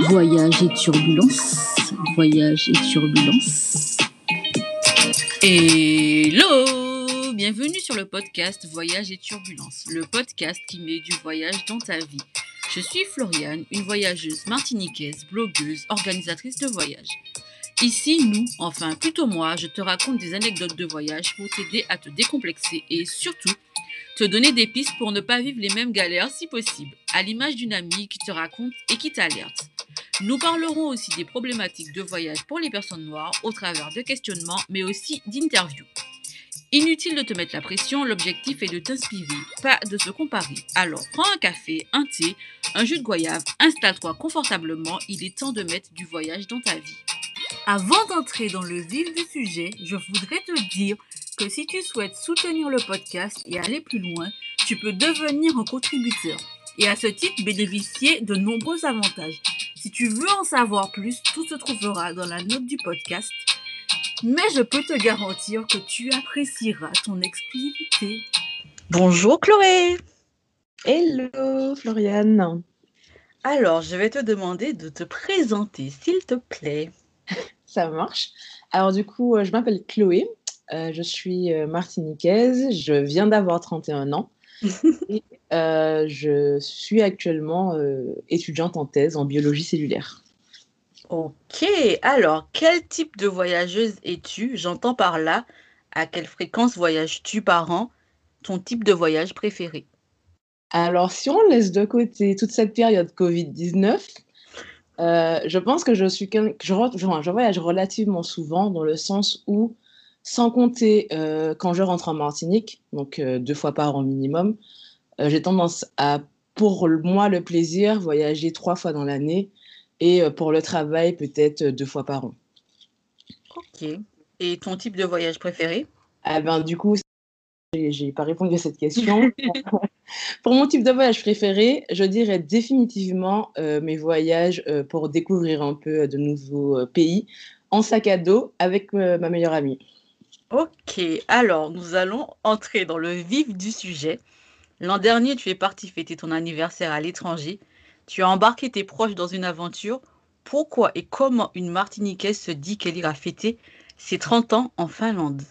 Voyage et turbulence. Voyage et turbulence. Hello! Bienvenue sur le podcast Voyage et turbulence, le podcast qui met du voyage dans ta vie. Je suis Floriane, une voyageuse martiniquaise, blogueuse, organisatrice de voyage. Ici, nous, enfin plutôt moi, je te raconte des anecdotes de voyage pour t'aider à te décomplexer et surtout, te donner des pistes pour ne pas vivre les mêmes galères si possible, à l'image d'une amie qui te raconte et qui t'alerte. Nous parlerons aussi des problématiques de voyage pour les personnes noires au travers de questionnements, mais aussi d'interviews. Inutile de te mettre la pression, l'objectif est de t'inspirer, pas de se comparer. Alors prends un café, un thé, un jus de goyave, installe-toi confortablement, il est temps de mettre du voyage dans ta vie. Avant d'entrer dans le vif du sujet, je voudrais te dire que si tu souhaites soutenir le podcast et aller plus loin, tu peux devenir un contributeur et à ce titre bénéficier de nombreux avantages. Si tu veux en savoir plus, tout se trouvera dans la note du podcast. Mais je peux te garantir que tu apprécieras ton exclusivité. Bonjour Chloé. Hello Floriane. Alors, je vais te demander de te présenter, s'il te plaît. Ça marche. Alors du coup, je m'appelle Chloé, je suis martiniquaise, je viens d'avoir 31 ans et je suis actuellement étudiante en thèse en biologie cellulaire. Ok, alors quel type de voyageuse es-tu? J'entends par là, à quelle fréquence voyages-tu par an? Ton type de voyage préféré? Alors si on laisse de côté toute cette période Covid-19, je pense que je voyage relativement souvent dans le sens où, sans compter quand je rentre en Martinique, donc 2 fois par an minimum, j'ai tendance à, pour moi, le plaisir, voyager 3 fois dans l'année et pour le travail, peut-être 2 fois par an. Ok. Et ton type de voyage préféré? Ah ben, du coup, j'ai pas répondu à cette question. Pour mon type de voyage préféré, je dirais définitivement mes voyages pour découvrir un peu de nouveaux pays en sac à dos avec ma meilleure amie. Ok, alors nous allons entrer dans le vif du sujet. L'an dernier, tu es parti fêter ton anniversaire à l'étranger. Tu as embarqué tes proches dans une aventure. Pourquoi et comment une Martiniquaise se dit qu'elle ira fêter ses 30 ans en Finlande?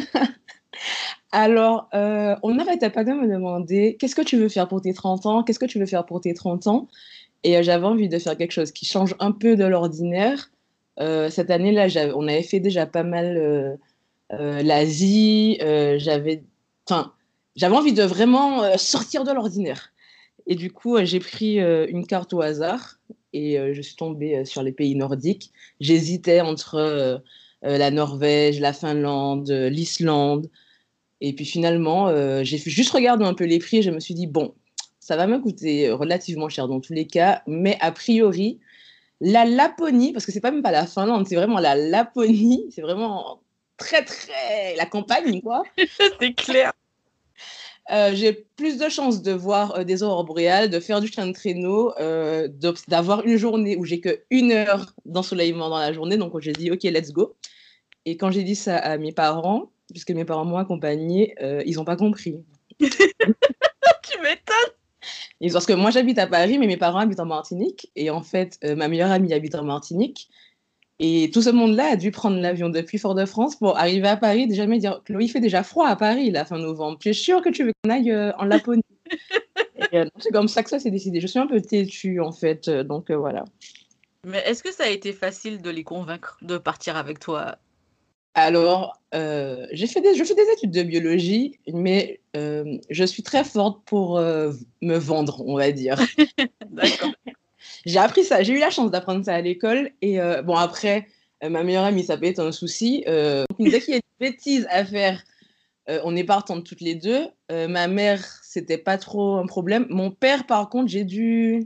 Alors, on n'arrêtait pas de me demander qu'est-ce que tu veux faire pour tes 30 ans? Qu'est-ce que tu veux faire pour tes 30 ans? Et j'avais envie de faire quelque chose qui change un peu de l'ordinaire. Cette année-là, on avait fait déjà pas mal l'Asie. J'avais envie de vraiment sortir de l'ordinaire. Et du coup, j'ai pris une carte au hasard et je suis tombée sur les pays nordiques. J'hésitais entre la Norvège, la Finlande, l'Islande. Et puis finalement, j'ai juste regardé un peu les prix et je me suis dit, bon, ça va me coûter relativement cher dans tous les cas, mais a priori, la Laponie, parce que c'est pas même pas la Finlande, c'est vraiment la Laponie, c'est vraiment très, très la campagne, quoi. C'est clair. J'ai plus de chances de voir des aurores boréales, de faire du chien de traîneau, d'avoir une journée où j'ai que 1 heure d'ensoleillement dans la journée. Donc j'ai dit, OK, let's go. Et quand j'ai dit ça à mes parents, puisque mes parents m'ont accompagnée, ils n'ont pas compris. Tu m'étonnes. Parce que moi, j'habite à Paris, mais mes parents habitent en Martinique. Et en fait, ma meilleure amie habite en Martinique. Et tout ce monde-là a dû prendre l'avion depuis Fort-de-France pour arriver à Paris, déjà me dire, Chloé, il fait déjà froid à Paris, la fin novembre. Tu es sûre que tu veux qu'on aille en Laponie? Et c'est comme ça que ça s'est décidé. Je suis un peu têtue, en fait. Donc, voilà. Mais est-ce que ça a été facile de les convaincre de partir avec toi? Alors, je fais des études de biologie, mais je suis très forte pour me vendre, on va dire. D'accord. J'ai appris ça, j'ai eu la chance d'apprendre ça à l'école. Et bon, après, ma meilleure amie, ça peut être un souci. Dès qu'il y a des bêtises à faire, on est partantes toutes les deux. Ma mère, c'était pas trop un problème. Mon père, par contre, j'ai dû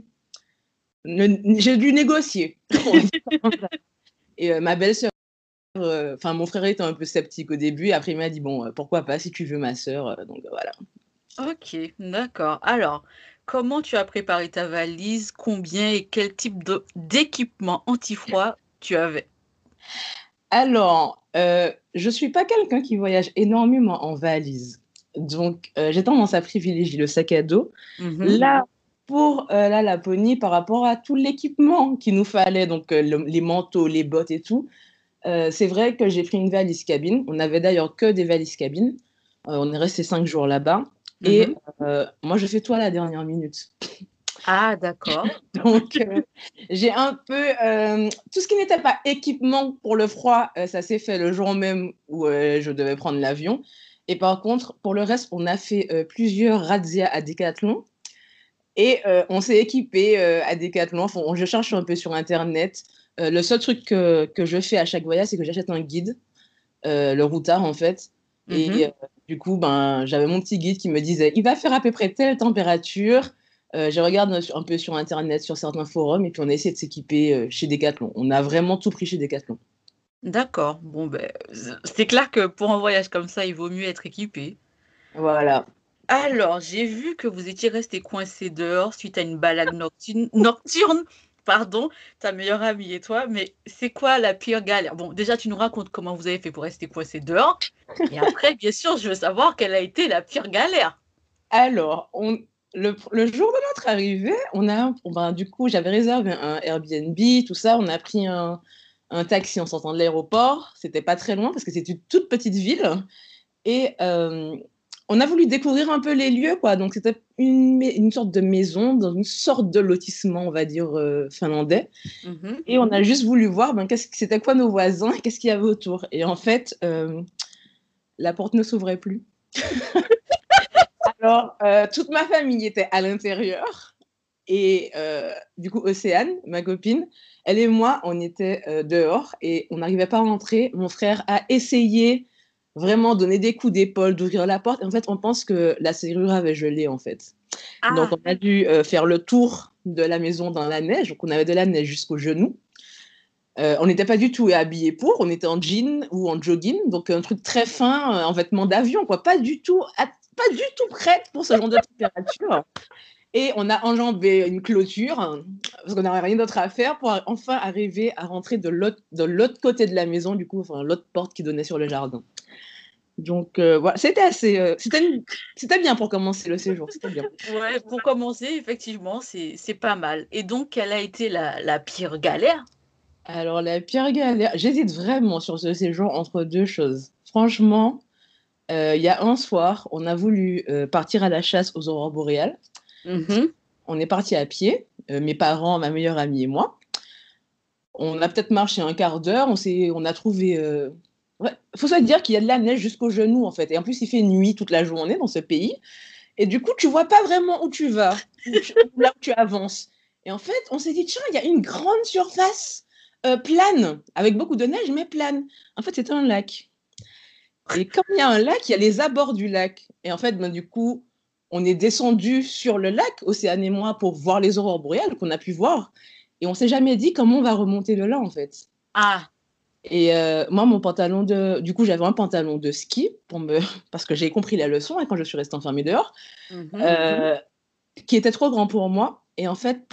négocier. Et ma belle-sœur, mon frère était un peu sceptique au début. Et après, il m'a dit, bon, pourquoi pas, si tu veux ma sœur. Donc, voilà. Ok, d'accord. Alors, comment tu as préparé ta valise? Combien et quel type d'équipement anti-froid tu avais? Alors, je suis pas quelqu'un qui voyage énormément en valise. Donc, j'ai tendance à privilégier le sac à dos. Mhm. Là pour la Laponie par rapport à tout l'équipement qu'il nous fallait, donc les manteaux, les bottes et tout. C'est vrai que j'ai pris une valise cabine. On n'avait d'ailleurs que des valises cabines. On est resté 5 jours là-bas. Et Mhm. moi, je fais tout à la dernière minute. Ah, d'accord. Donc, j'ai un peu tout ce qui n'était pas équipement pour le froid, ça s'est fait le jour même où je devais prendre l'avion. Et par contre, pour le reste, on a fait plusieurs razzias à Decathlon et on s'est équipé à Decathlon. Enfin, je cherche un peu sur Internet. Le seul truc que je fais à chaque voyage, c'est que j'achète un guide, le routard en fait. Et Mhm. du coup, ben, j'avais mon petit guide qui me disait, il va faire à peu près telle température. Je regarde un peu sur Internet, sur certains forums, et puis on a essayé de s'équiper chez Decathlon. On a vraiment tout pris chez Decathlon. D'accord. Bon, ben, c'est clair que pour un voyage comme ça, il vaut mieux être équipé. Voilà. Alors, j'ai vu que vous étiez resté coincé dehors suite à une balade nocturne, pardon, ta meilleure amie et toi, mais c'est quoi la pire galère? Bon, déjà, tu nous racontes comment vous avez fait pour rester coincé dehors, et après, bien sûr, je veux savoir quelle a été la pire galère. Alors, le jour de notre arrivée, ben, du coup, j'avais réservé un Airbnb, tout ça. On a pris un taxi en sortant de l'aéroport. C'était pas très loin parce que c'est une toute petite ville. Et on a voulu découvrir un peu les lieux, quoi. Donc, c'était une sorte de maison dans une sorte de lotissement, on va dire, finlandais. Mhm. Et on a juste voulu voir ben, c'était quoi nos voisins, qu'est-ce qu'il y avait autour. Et en fait, la porte ne s'ouvrait plus. Alors, toute ma famille était à l'intérieur. Et du coup, Océane, ma copine, elle et moi, on était dehors et on n'arrivait pas à rentrer. Mon frère a essayé vraiment donner des coups d'épaule, d'ouvrir la porte. Et en fait, on pense que la serrure avait gelé, en fait. Donc, Ah, on a dû faire le tour de la maison dans la neige. Donc, on avait de la neige jusqu'aux genoux. On n'était pas du tout habillés pour. On était en jean ou en jogging. Donc, un truc très fin, en vêtements d'avion, quoi. Pas du tout prête pour ce genre de température. Et on a enjambé une clôture parce qu'on n'avait rien d'autre à faire pour enfin arriver à rentrer de l'autre côté de la maison, du coup, enfin, l'autre porte qui donnait sur le jardin. Donc, voilà, c'était bien pour commencer le séjour, c'était bien. ouais, pour commencer, effectivement, c'est pas mal. Et donc, quelle a été la pire galère? Alors, la pire galère, j'hésite vraiment sur ce séjour entre deux choses. Franchement, il y a un soir, on a voulu partir à la chasse aux aurores boréales. Mhm. On est parti à pied, mes parents, ma meilleure amie et moi. On a peut-être marché un quart d'heure, on a trouvé. Ouais, faut se dire qu'il y a de la neige jusqu'aux genoux en fait, et en plus il fait nuit toute la journée dans ce pays, et du coup tu vois pas vraiment où tu vas, là où tu avances. Et en fait, on s'est dit tiens, il y a une grande surface plane avec beaucoup de neige mais plane. En fait, c'était un lac. Et comme il y a un lac, il y a les abords du lac. Et en fait, ben, du coup, on est descendu sur le lac, Océane et moi, pour voir les aurores boréales qu'on a pu voir. Et on s'est jamais dit comment on va remonter le là, en fait. Ah, Et moi, du coup, j'avais un pantalon de ski parce que j'ai compris la leçon et quand je suis restée enfermée dehors, mhm. euh, qui était trop grand pour moi. Et en fait,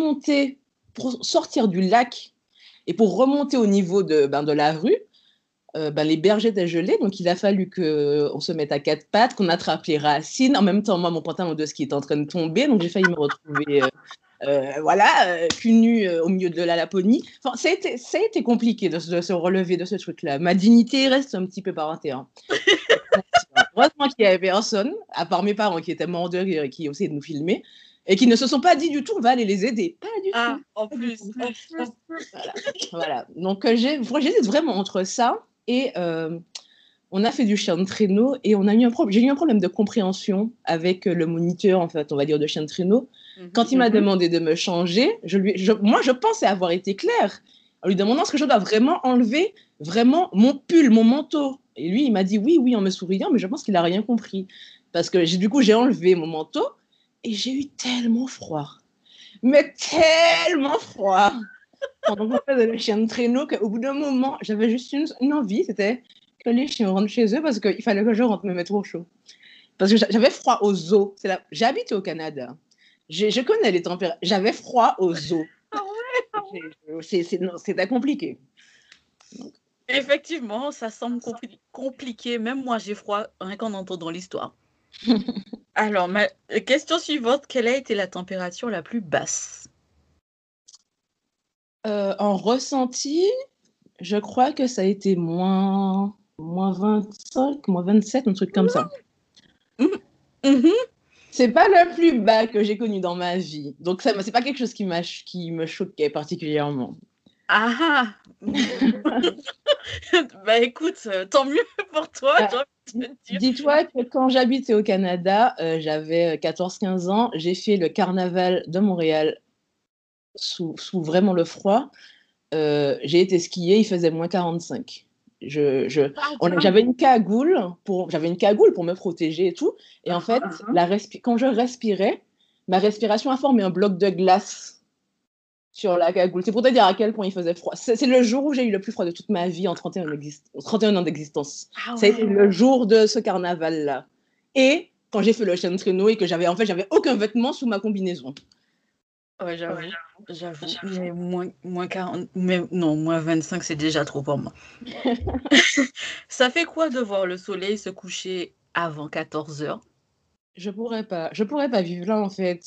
pour sortir du lac et pour remonter au niveau de la rue, ben, les berges étaient gelés, donc il a fallu qu'on se mette à quatre pattes, qu'on attrape les racines. En même temps, moi, mon pantalon de ski était en train de tomber, donc j'ai failli me retrouver voilà, cul nu au milieu de la Laponie. Enfin, ça a été compliqué de se relever de ce truc-là. Ma dignité reste un petit peu par terre. Heureusement qu'il n'y avait personne, à part mes parents qui étaient morts de rire et qui essayaient de nous filmer, et qui ne se sont pas dit du tout, on va aller les aider. Pas du Ah, tout. en Pas du plus, tout. en plus. Voilà. Voilà. Donc, j'hésite vraiment entre ça et on a fait du chien de traîneau et j'ai eu un problème de compréhension avec le moniteur, en fait, on va dire, de chien de traîneau. Mhm. Quand il m'a demandé de me changer, moi, je pensais avoir été claire en lui demandant est-ce que je dois vraiment enlever vraiment mon pull, mon manteau. Et lui, il m'a dit oui, oui, en me souriant, mais je pense qu'il n'a rien compris. Parce que du coup, j'ai enlevé mon manteau et j'ai eu tellement froid. Mais tellement froid pendant qu'on faisait le chien de traîneau qu'au bout d'un moment, j'avais juste une envie, c'était que les chiens rentrent chez eux parce qu'il fallait que je rentre me mettre au chaud. Parce que j'avais froid aux os. J'ai habité au Canada. Je connais les températures. J'avais froid aux os. Ah ouais. Non, c'était compliqué. Donc, Effectivement, ça semble compliqué. Même moi, j'ai froid rien qu'en entendant l'histoire. Alors, ma question suivante, quelle a été la température la plus basse? En ressenti, je crois que ça a été -25, -27, un truc comme ça. Mmh. Mmh. C'est pas le plus bas que j'ai connu dans ma vie. Donc ça c'est pas quelque chose qui me choquait particulièrement. Ah ah! Bah, écoute, tant mieux pour toi, Bah, j'ai envie de te dire. dis-toi que quand j'habitais au Canada, j'avais 14-15 ans, j'ai fait le carnaval de Montréal sous vraiment le froid. J'ai été skier, il faisait -45. Pardon? J'avais une cagoule pour me protéger et tout. Et en fait, quand je respirais, ma respiration a formé un bloc de glace sur la cagoule. C'est pour te dire à quel point il faisait froid. C'est le jour où j'ai eu le plus froid de toute ma vie en 31 ans d'existence. Ah Ça a été ouais. le jour de ce carnaval-là. Et quand j'ai fait le chien de traîneau et que j'avais aucun vêtement sous ma combinaison. Ouais, j'avoue, mais moins 40, mais non, -25, c'est déjà trop pour moi. Ça fait quoi de voir le soleil se coucher avant 14 heures? Je pourrais pas vivre là en fait.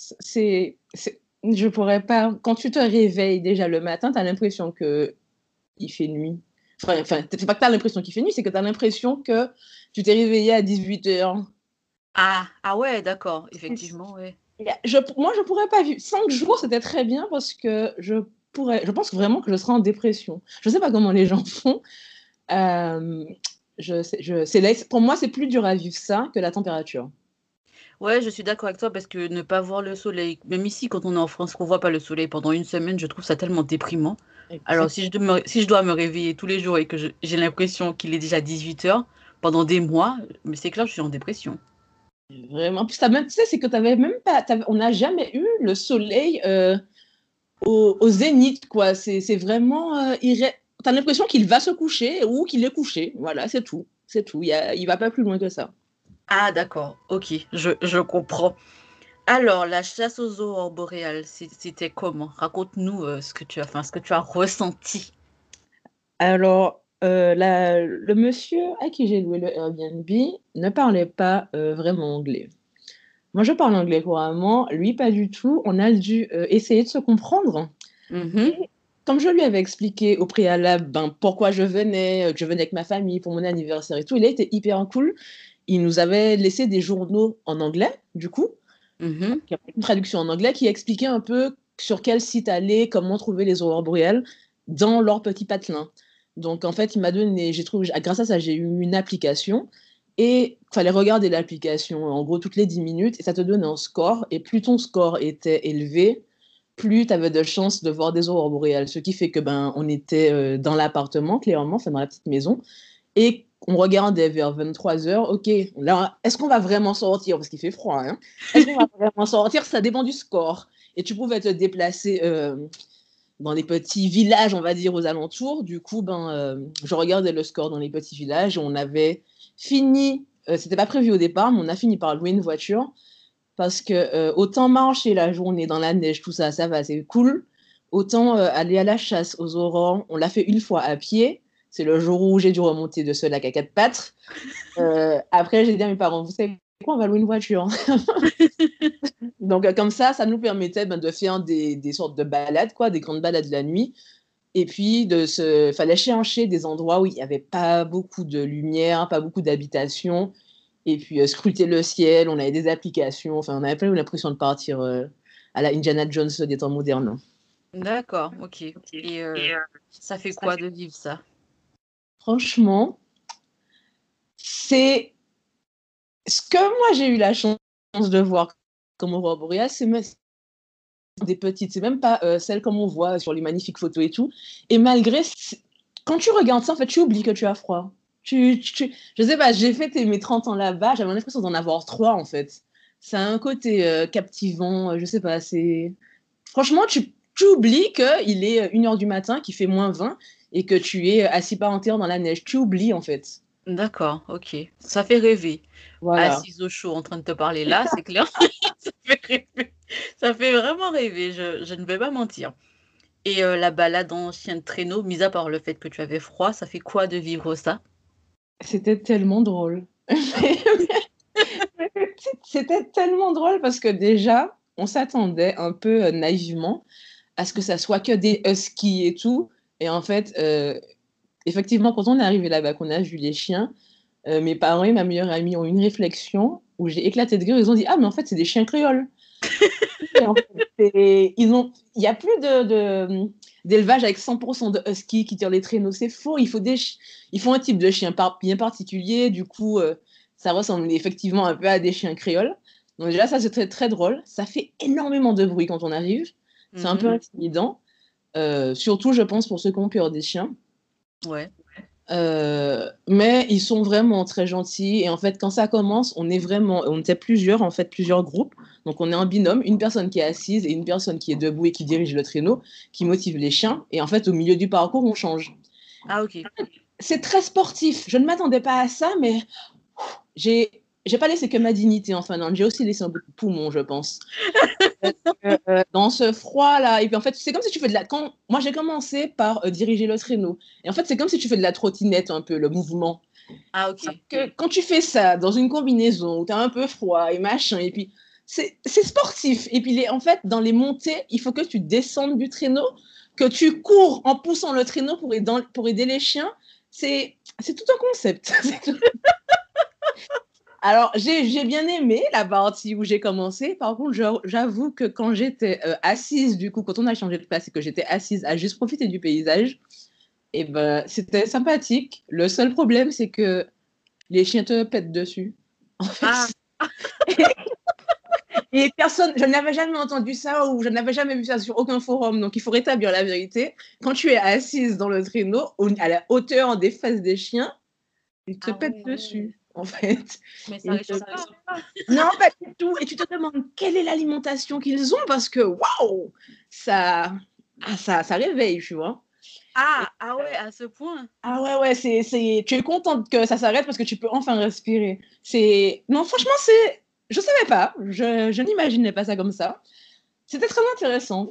Je pourrais pas. Quand tu te réveilles déjà le matin, tu as l'impression que il fait nuit. C'est pas que tu as l'impression qu'il fait nuit, c'est que tu as l'impression que tu t'es réveillé à 18 h. Ah! Ah ouais, d'accord, effectivement, ouais. Moi, je pourrais pas vivre. 5 jours, c'était très bien parce que je pense vraiment que je serais en dépression. Je sais pas comment les gens font. Euh, pour moi, c'est plus dur à vivre ça que la température. Ouais, je suis d'accord avec toi parce que ne pas voir le soleil, même ici quand on est en France, qu'on voit pas le soleil pendant une semaine, je trouve ça tellement déprimant. Alors Exact. si je dois me réveiller tous les jours et que j'ai l'impression qu'il est déjà 18 heures pendant des mois, mais c'est clair, je suis en dépression. Vraiment. Puis tu sais, c'est que t'avais même pas, on n'a jamais eu le soleil au zénith, quoi. C'est vraiment, t'as l'impression qu'il va se coucher ou qu'il est couché. Voilà, c'est tout. C'est tout. Il va pas plus loin que ça. Ah d'accord, OK, je comprends. Alors la chasse aux aurores boréales, c'était comment? Raconte-nous, ce que tu as ressenti. Alors, le monsieur à qui j'ai loué le Airbnb ne parlait pas vraiment anglais. Moi, je parle anglais couramment, lui pas du tout. On a dû essayer de se comprendre. Mmh. Et comme je lui avais expliqué au préalable pourquoi je venais, que je venais avec ma famille pour mon anniversaire et tout, il a été hyper cool. Il nous avait laissé des journaux en anglais, du coup, Mmh. qui avaient une traduction en anglais qui expliquait un peu sur quel site aller, comment trouver les aurores boréales dans leur petit patelin. Donc en fait, il m'a donné, j'ai trouvé, grâce à ça, j'ai eu une application et il fallait regarder l'application en gros toutes les 10 minutes et ça te donnait un score. Et plus ton score était élevé, plus tu avais de chances de voir des aurores boréales. Ce qui fait que on était dans l'appartement, clairement, enfin dans la petite maison, et on regardait vers 23 h. Ok, là, est-ce qu'on va vraiment sortir? Parce qu'il fait froid, hein. Est-ce qu'on va vraiment sortir? Ça dépend du score. Et tu pouvais te déplacer dans les petits villages, on va dire, aux alentours. Du coup, je regardais le score dans les petits villages. On avait fini, c'était pas prévu au départ, mais on a fini par louer une voiture parce que autant marcher la journée dans la neige, tout ça, ça va, c'est cool. Autant aller à la chasse aux aurores, on l'a fait une fois à pied. C'est le jour où j'ai dû remonter de ce lac à 4 pattes. Après, j'ai dit à mes parents, vous savez quoi, on va louer une voiture. Donc, comme ça nous permettait de faire des sortes de balades, quoi, des grandes balades la nuit. Et puis, fallait chercher des endroits où il n'y avait pas beaucoup de lumière, pas beaucoup d'habitation. Et puis, scruter le ciel, on avait des applications. Enfin, on avait pas eu l'impression de partir à la Indiana Jones des temps modernes. D'accord, OK, et ça fait quoi de vivre ça? Franchement, c'est ce que moi j'ai eu la chance de voir comme aurore boréale, c'est des petites, c'est même pas celles comme on voit sur les magnifiques photos et tout. Et malgré, quand tu regardes ça, en fait, tu oublies que tu as froid. Je sais pas, j'ai fait mes 30 ans là-bas, j'avais l'impression d'en avoir 3 en fait. Ça a un côté captivant, je sais pas, c'est. Franchement, tu oublies qu'il est 1 h du matin, qu'il fait -20 et que tu es assis par terre dans la neige. Tu oublies en fait. D'accord, OK, ça fait rêver. Voilà. Assise au chaud en train de te parler là, c'est clair, ça fait rêver. Ça fait vraiment rêver, je ne vais pas mentir, et la balade en chien de traîneau, mis à part le fait que tu avais froid, ça fait quoi de vivre ça? C'était tellement drôle. c'était tellement drôle parce que déjà, on s'attendait un peu naïvement à ce que ça soit que des huskies et tout. Et en fait, effectivement, quand on est arrivé là-bas, qu'on a vu les chiens, mes parents et ma meilleure amie ont eu une réflexion où j'ai éclaté de rire. Ils ont dit, ah, mais en fait, c'est des chiens créoles. Et en fait, il n'y a plus d'élevage avec 100% de huskies qui tirent les traîneaux. C'est faux. Il faut un type de chien bien particulier. Du coup, ça ressemble effectivement un peu à des chiens créoles. Donc déjà, ça, c'est très, très drôle. Ça fait énormément de bruit quand on arrive. C'est un peu intimidant. Surtout, je pense, pour ceux qui ont peur des chiens. Ouais. Mais ils sont vraiment très gentils. Et en fait, quand ça commence, on était plusieurs, en fait, plusieurs groupes. Donc, on est un binôme, une personne qui est assise et une personne qui est debout et qui dirige le traîneau, qui motive les chiens. Et en fait, au milieu du parcours, on change. Ah, ok. C'est très sportif. Je ne m'attendais pas à ça, mais j'ai pas laissé que ma dignité en Finlande. J'ai aussi laissé un peu de poumon, je pense. Dans ce froid-là. Et puis en fait, c'est comme si tu fais de la. Moi, j'ai commencé par diriger le traîneau. Et en fait, c'est comme si tu fais de la trottinette, un peu, le mouvement. Ah, ok. Quand tu fais ça dans une combinaison où tu as un peu froid et machin, et puis c'est sportif. Et puis en fait, dans les montées, il faut que tu descendes du traîneau, que tu cours en poussant le traîneau pour aider les chiens. C'est tout un concept. Alors, j'ai bien aimé la partie où j'ai commencé. Par contre, j'avoue que quand j'étais assise, du coup, quand on a changé de place et que j'étais assise à juste profiter du paysage, et ben, c'était sympathique. Le seul problème, c'est que les chiens te pètent dessus. En fait, Ah, et je n'avais jamais entendu ça ou je n'avais jamais vu ça sur aucun forum. Donc, il faut rétablir la vérité. Quand tu es assise dans le traîneau, à la hauteur des fesses des chiens, ils te pètent dessus, en fait. mais ça Ils réchauffe pas. Non, pas du tout. Et tu te demandes quelle est l'alimentation qu'ils ont parce que waouh, ça réveille, tu vois. Ah ouais, à ce point. Ah ouais, ouais, tu es contente que ça s'arrête parce que tu peux enfin respirer. Non, franchement, je savais pas. Je n'imaginais pas ça comme ça. C'était très intéressant.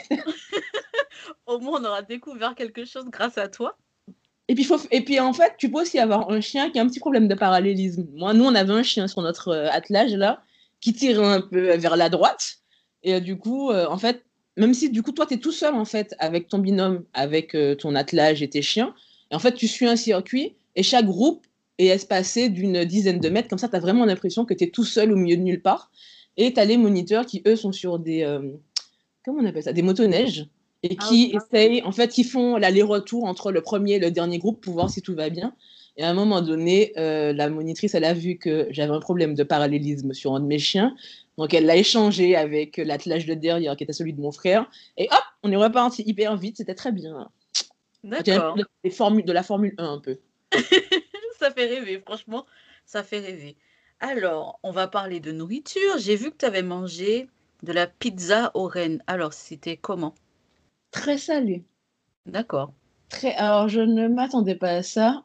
Au moins, on aura découvert quelque chose grâce à toi. Et puis, en fait, tu peux aussi avoir un chien qui a un petit problème de parallélisme. Nous, on avait un chien sur notre attelage, là, qui tirait un peu vers la droite. Et du coup, en fait, même si du coup, toi, tu es tout seul, en fait, avec ton binôme, avec ton attelage et tes chiens, et en fait, tu suis un circuit, et chaque groupe est espacé d'une dizaine de mètres. Comme ça, tu as vraiment l'impression que tu es tout seul au milieu de nulle part. Et tu as les moniteurs qui, eux, sont sur comment on appelle ça? Des motoneiges et Ah, ok. qui essayent, en fait, qui font l'aller-retour entre le premier et le dernier groupe pour voir si tout va bien. Et à un moment donné, la monitrice, elle a vu que j'avais un problème de parallélisme sur un de mes chiens. Donc, elle l'a échangé avec l'attelage de derrière, qui était celui de mon frère. Et hop, on est reparti hyper vite. C'était très bien. D'accord. De la Formule 1 un peu. Ça fait rêver, franchement, ça fait rêver. Alors, on va parler de nourriture. J'ai vu que tu avais mangé de la pizza aux rennes. Alors, c'était comment? Très salé. D'accord. Alors, je ne m'attendais pas à ça.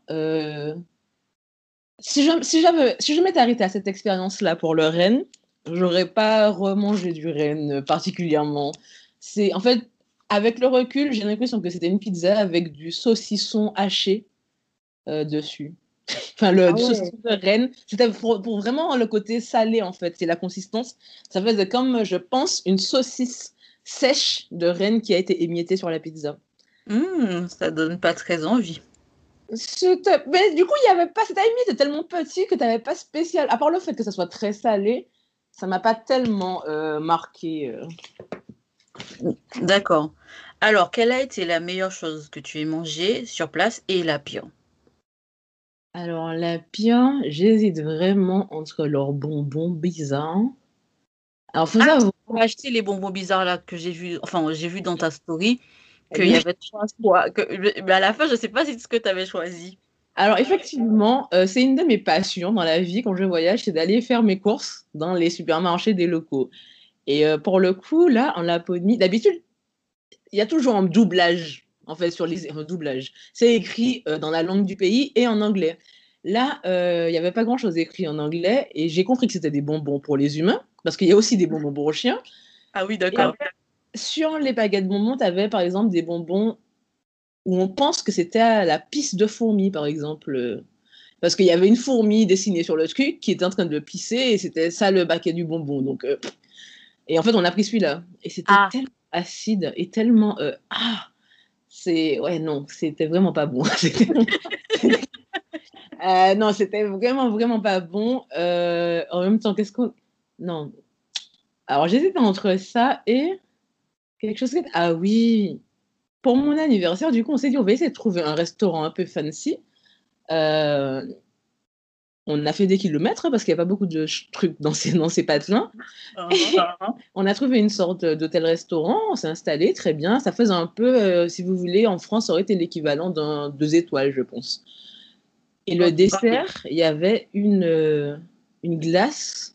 Si je m'étais arrêtée à cette expérience-là pour le renne, j'aurais pas remangé du renne particulièrement. En fait, avec le recul, j'ai l'impression que c'était une pizza avec du saucisson haché dessus. Enfin, Ah du ouais. saucisson de renne. C'était pour vraiment le côté salé, en fait. C'est la consistance. Ça faisait comme, je pense, une saucisse sèche de renne qui a été émiettée sur la pizza. Ça donne pas très envie. Mais du coup, il y avait pas. Cette amie était tellement petit que tu n'avais pas spécial. À part le fait que ça soit très salé, ça m'a pas tellement marqué. D'accord. Alors, quelle a été la meilleure chose que tu aies mangée sur place et la pire? Alors, la pire, j'hésite vraiment entre leurs bonbons bizarres. Alors, faut Ah, savoir. tu as acheté les bonbons bizarres là que j'ai vu, enfin, j'ai vu dans ta story qu'il y Oui. avait trois choix. Mais à la fin, je sais pas si c'est ce que tu avais choisi. Alors, effectivement, c'est une de mes passions dans la vie quand je voyage, c'est d'aller faire mes courses dans les supermarchés des locaux. Et pour le coup, là, en Laponie, d'habitude, il y a toujours un doublage, en fait, un doublage. C'est écrit dans la langue du pays et en anglais. Là, il n'y avait pas grand-chose écrit en anglais et j'ai compris que c'était des bonbons pour les humains, parce qu'il y a aussi des bonbons pour les chiens. Ah oui, Et d'accord. sur les baguettes bonbons, tu avais par exemple des bonbons où on pense que c'était à la pisse de fourmi, par exemple. Parce qu'il y avait une fourmi dessinée sur le truc qui était en train de pisser et c'était ça le baquet du bonbon. Donc, et en fait, on a pris celui-là. Et c'était tellement acide et tellement... ouais, non, c'était vraiment pas bon. Non, c'était vraiment, vraiment pas bon. En même temps, qu'est-ce qu'on... Non. Alors, j'hésitais entre ça et quelque chose... Ah oui, pour mon anniversaire, du coup, on s'est dit, on va essayer de trouver un restaurant un peu fancy. On a fait des kilomètres parce qu'il n'y a pas beaucoup de trucs dans ces patelins. On a trouvé une sorte d'hôtel-restaurant, on s'est installé très bien. Ça faisait un peu, si vous voulez, en France, ça aurait été l'équivalent d'un 2 étoiles, je pense. Et le dessert, il y avait une glace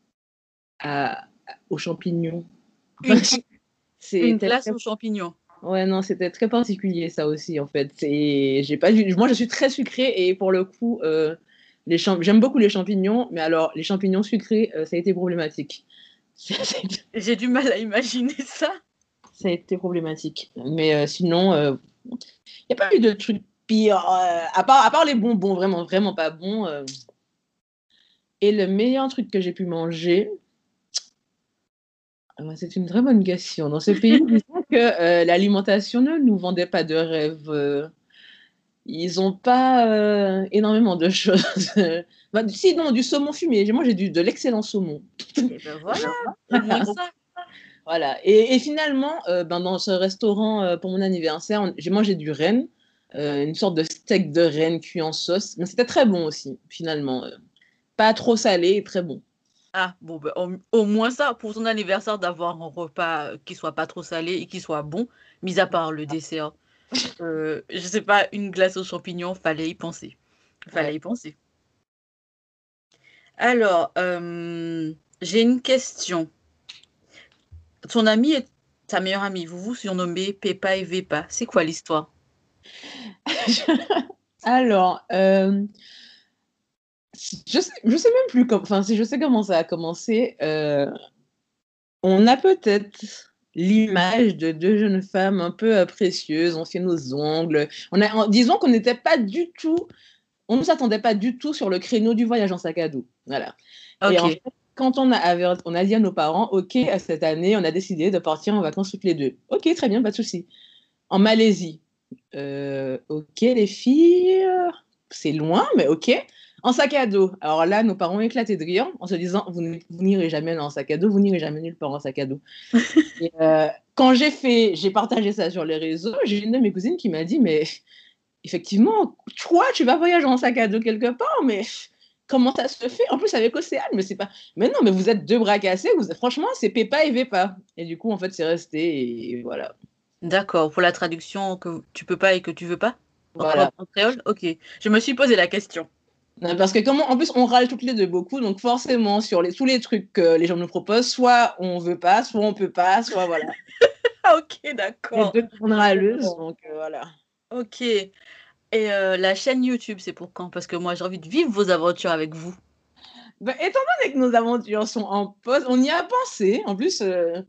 aux champignons. Une glace aux champignons. Ouais, non, c'était très particulier, ça aussi, en fait. Moi, je suis très sucrée et pour le coup, j'aime beaucoup les champignons, mais alors, les champignons sucrés, ça a été problématique. J'ai du mal à imaginer ça. Ça a été problématique. Mais sinon, il n'y a pas eu de trucs pires, à part les bonbons, vraiment, vraiment pas bons. Et le meilleur truc que j'ai pu manger, c'est une très bonne question. Dans ce pays, disons que l'alimentation ne nous vendait pas de rêve. Ils n'ont pas énormément de choses. Si, non, du saumon fumé. J'ai mangé de l'excellent saumon. Et ben voilà, au moins ça. Voilà. Et finalement, dans ce restaurant, pour mon anniversaire, j'ai mangé du renne, une sorte de steak de renne cuit en sauce. Mais c'était très bon aussi, finalement. Pas trop salé et très bon. Ah, bon, ben, au moins ça, pour ton anniversaire, d'avoir un repas qui soit pas trop salé et qui soit bon, mis à part le dessert. Je sais pas, une glace aux champignons, fallait y penser. Fallait y penser. Alors, j'ai une question. Ton ami est ta meilleure amie. Vous vous surnommez Pepa et Vepa. C'est quoi l'histoire? Alors, je sais même plus si je sais comment ça a commencé. On a peut-être l'image de deux jeunes femmes un peu précieuses. On fait nos ongles. Disons qu'on n'était pas du tout. On ne s'attendait pas du tout sur le créneau du voyage en sac à dos. Voilà. Ok. Et en fait, quand on a dit à nos parents, OK, à cette année, on a décidé de partir en vacances toutes les deux. OK, très bien, pas de souci. En Malaisie. OK, les filles, c'est loin, mais OK. En sac à dos. Alors là, nos parents ont éclaté de rire en se disant, vous n'irez jamais en sac à dos, vous n'irez jamais nulle part en sac à dos. Et, quand j'ai partagé ça sur les réseaux, j'ai une de mes cousines qui m'a dit, mais effectivement, toi, tu vas voyager en sac à dos quelque part, mais comment ça se fait? En plus, avec Océane, mais c'est pas. Mais non, mais vous êtes deux bras cassés, franchement, c'est Pépa et Vépa. Et du coup, en fait, c'est resté, et voilà. D'accord. Pour la traduction que tu peux pas et que tu veux pas? Voilà. En créole? Ok. Je me suis posé la question. Non, parce que en plus, on râle toutes les deux beaucoup, donc forcément, sur tous les trucs que les gens nous proposent, soit on veut pas, soit on peut pas, soit voilà. Ah, ok, Les d'accord. deux grandes râleuses, donc voilà. Ok. Et la chaîne YouTube, c'est pour quand? Parce que moi, j'ai envie de vivre vos aventures avec vous. Ben, étant donné que nos aventures sont en pause, on y a pensé. En plus,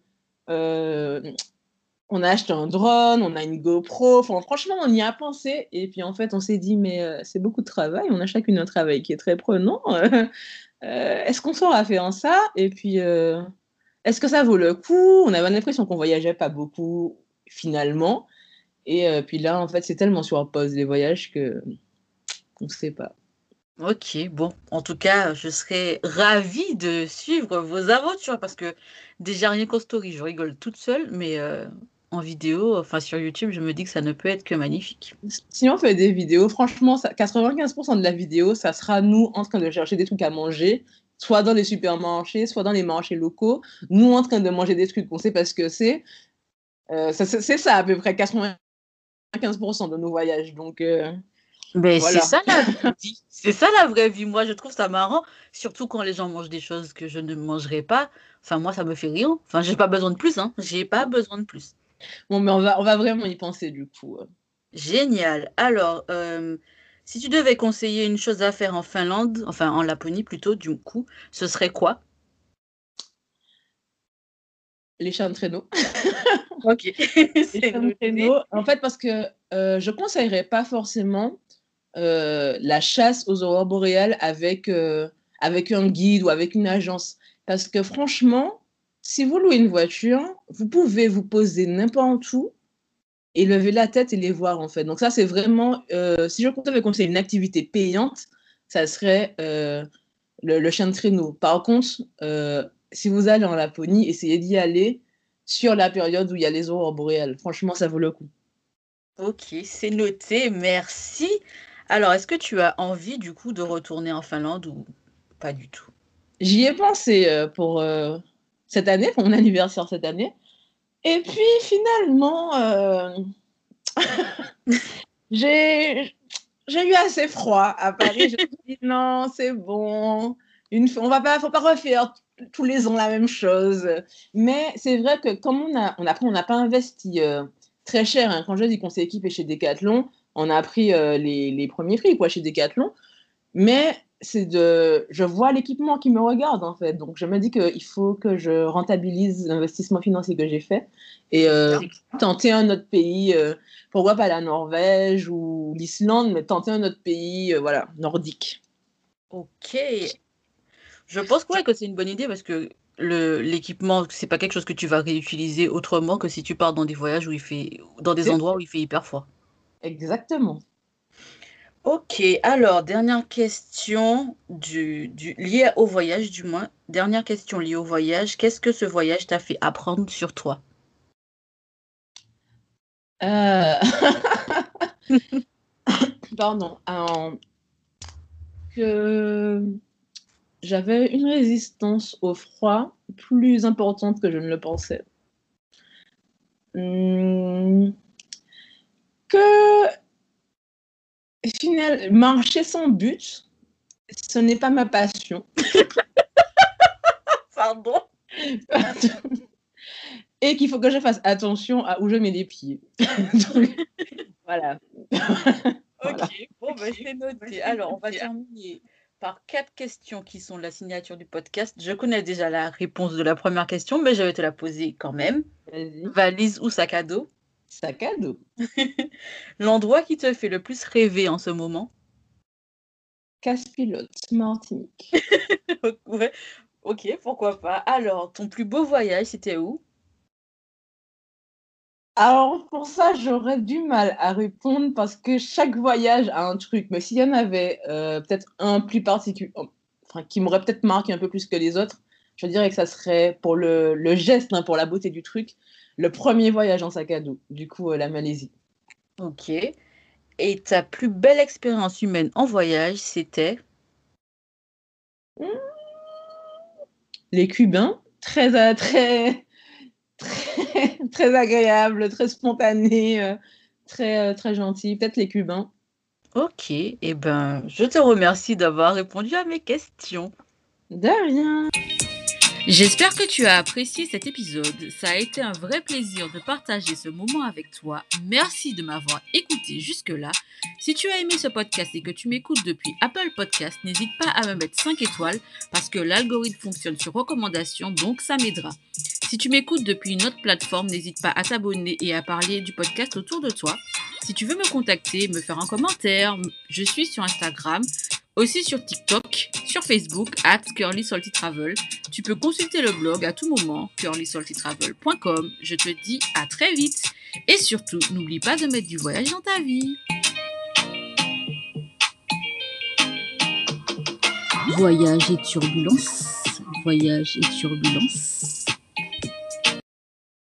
on a acheté un drone, on a une GoPro. Enfin, franchement, on y a pensé. Et puis, en fait, on s'est dit, mais c'est beaucoup de travail. On a chacune un travail qui est très prenant. Est-ce qu'on saura faire ça? Et puis, est-ce que ça vaut le coup? On avait l'impression qu'on voyageait pas beaucoup, finalement. Et puis là, en fait, c'est tellement sur pause les voyages que on ne sait pas. Ok, bon. En tout cas, je serais ravie de suivre vos aventures parce que déjà, rien qu'en story, je rigole toute seule, mais en vidéo, enfin sur YouTube, je me dis que ça ne peut être que magnifique. Si on fait des vidéos, franchement, 95% de la vidéo, ça sera nous en train de chercher des trucs à manger, soit dans les supermarchés, soit dans les marchés locaux, nous en train de manger des trucs qu'on sait pas ce que c'est. C'est ça à peu près 95% de nos voyages. Donc Mais c'est voilà. ça la vraie vie. C'est ça la vraie vie. Moi, je trouve ça marrant, surtout quand les gens mangent des choses que je ne mangerais pas. Enfin, moi, ça me fait rire. Enfin, j'ai pas besoin de plus, hein. J'ai pas besoin de plus. Bon, mais on va vraiment y penser du coup. Génial. Alors, si tu devais conseiller une chose à faire en Finlande, enfin en Laponie plutôt, du coup, ce serait quoi? Les chats de traîneau. Ok, Les c'est chats de noté. traîneau. En fait, parce que je conseillerais pas forcément. la chasse aux aurores boréales avec un guide ou avec une agence. Parce que franchement, si vous louez une voiture, vous pouvez vous poser n'importe où et lever la tête et les voir, en fait. Donc ça, c'est vraiment, si je devais conseiller une activité payante, ça serait le chien de traîneau. Par contre, si vous allez en Laponie, essayez d'y aller sur la période où il y a les aurores boréales. Franchement, ça vaut le coup. Ok, c'est noté, merci. Alors, est-ce que tu as envie du coup de retourner en Finlande ou pas du tout? J'y ai pensé pour cette année, pour mon anniversaire cette année. Et puis finalement, j'ai eu assez froid à Paris. Je me suis dit non, c'est bon. Faut pas refaire tous les ans la même chose. Mais c'est vrai que comme on n'a pas investi très cher, hein. Quand je dis qu'on s'est équipé chez Decathlon, on a pris les premiers prix quoi, chez Decathlon. Mais je vois l'équipement qui me regarde en fait. Donc je me dis qu'il faut que je rentabilise l'investissement financier que j'ai fait et tenter un autre pays. Pourquoi pas la Norvège ou l'Islande, mais tenter un autre pays, voilà, nordique. Ok, je pense ouais, que c'est une bonne idée parce que l'équipement, c'est pas quelque chose que tu vas réutiliser autrement que si tu pars dans des voyages dans des C'est endroits où il fait hyper froid. exactement. Ok, alors, dernière question liée au voyage, du moins. Dernière question liée au voyage. Qu'est-ce que ce voyage t'a fait apprendre sur toi? Euh, Pardon. Que j'avais une résistance au froid plus importante que je ne le pensais. Hum, que finalement, marcher sans but, ce n'est pas ma passion. Pardon? Et qu'il faut que je fasse attention à où je mets les pieds. Donc, voilà. Voilà. Ok, bon, ben, c'est noté. Alors, on va terminer par 4 questions qui sont la signature du podcast. Je connais déjà la réponse de la première question, mais je vais te la poser quand même. Vas-y. Valise ou sac à dos? Sac à dos. L'endroit qui te fait le plus rêver en ce moment? Casse-pilote, Martinique. Ouais, ok, pourquoi pas. Alors, ton plus beau voyage, c'était où? Alors, pour ça, j'aurais du mal à répondre parce que chaque voyage a un truc. Mais s'il y en avait peut-être un plus particulier, enfin, qui m'aurait peut-être marqué un peu plus que les autres, je dirais que ça serait pour le geste, hein, pour la beauté du truc, le premier voyage en sac à dos. Du coup, la Malaisie. Ok. Et ta plus belle expérience humaine en voyage, c'était? Mmh, les Cubains, très agréables, très spontanés, très gentils. Peut-être les Cubains. Ok, eh ben, je te remercie d'avoir répondu à mes questions. De rien. J'espère que tu as apprécié cet épisode. Ça a été un vrai plaisir de partager ce moment avec toi. Merci de m'avoir écouté jusque-là. Si tu as aimé ce podcast et que tu m'écoutes depuis Apple Podcast, n'hésite pas à me mettre 5 étoiles parce que l'algorithme fonctionne sur recommandation, donc ça m'aidera. Si tu m'écoutes depuis une autre plateforme, n'hésite pas à t'abonner et à parler du podcast autour de toi. Si tu veux me contacter, me faire un commentaire, je suis sur Instagram, aussi sur TikTok, sur Facebook, @curlysaltytravel. Tu peux consulter le blog à tout moment, curlysaltytravel.com. Je te dis à très vite. Et surtout, n'oublie pas de mettre du voyage dans ta vie. Voyage et turbulence. Voyage et turbulence.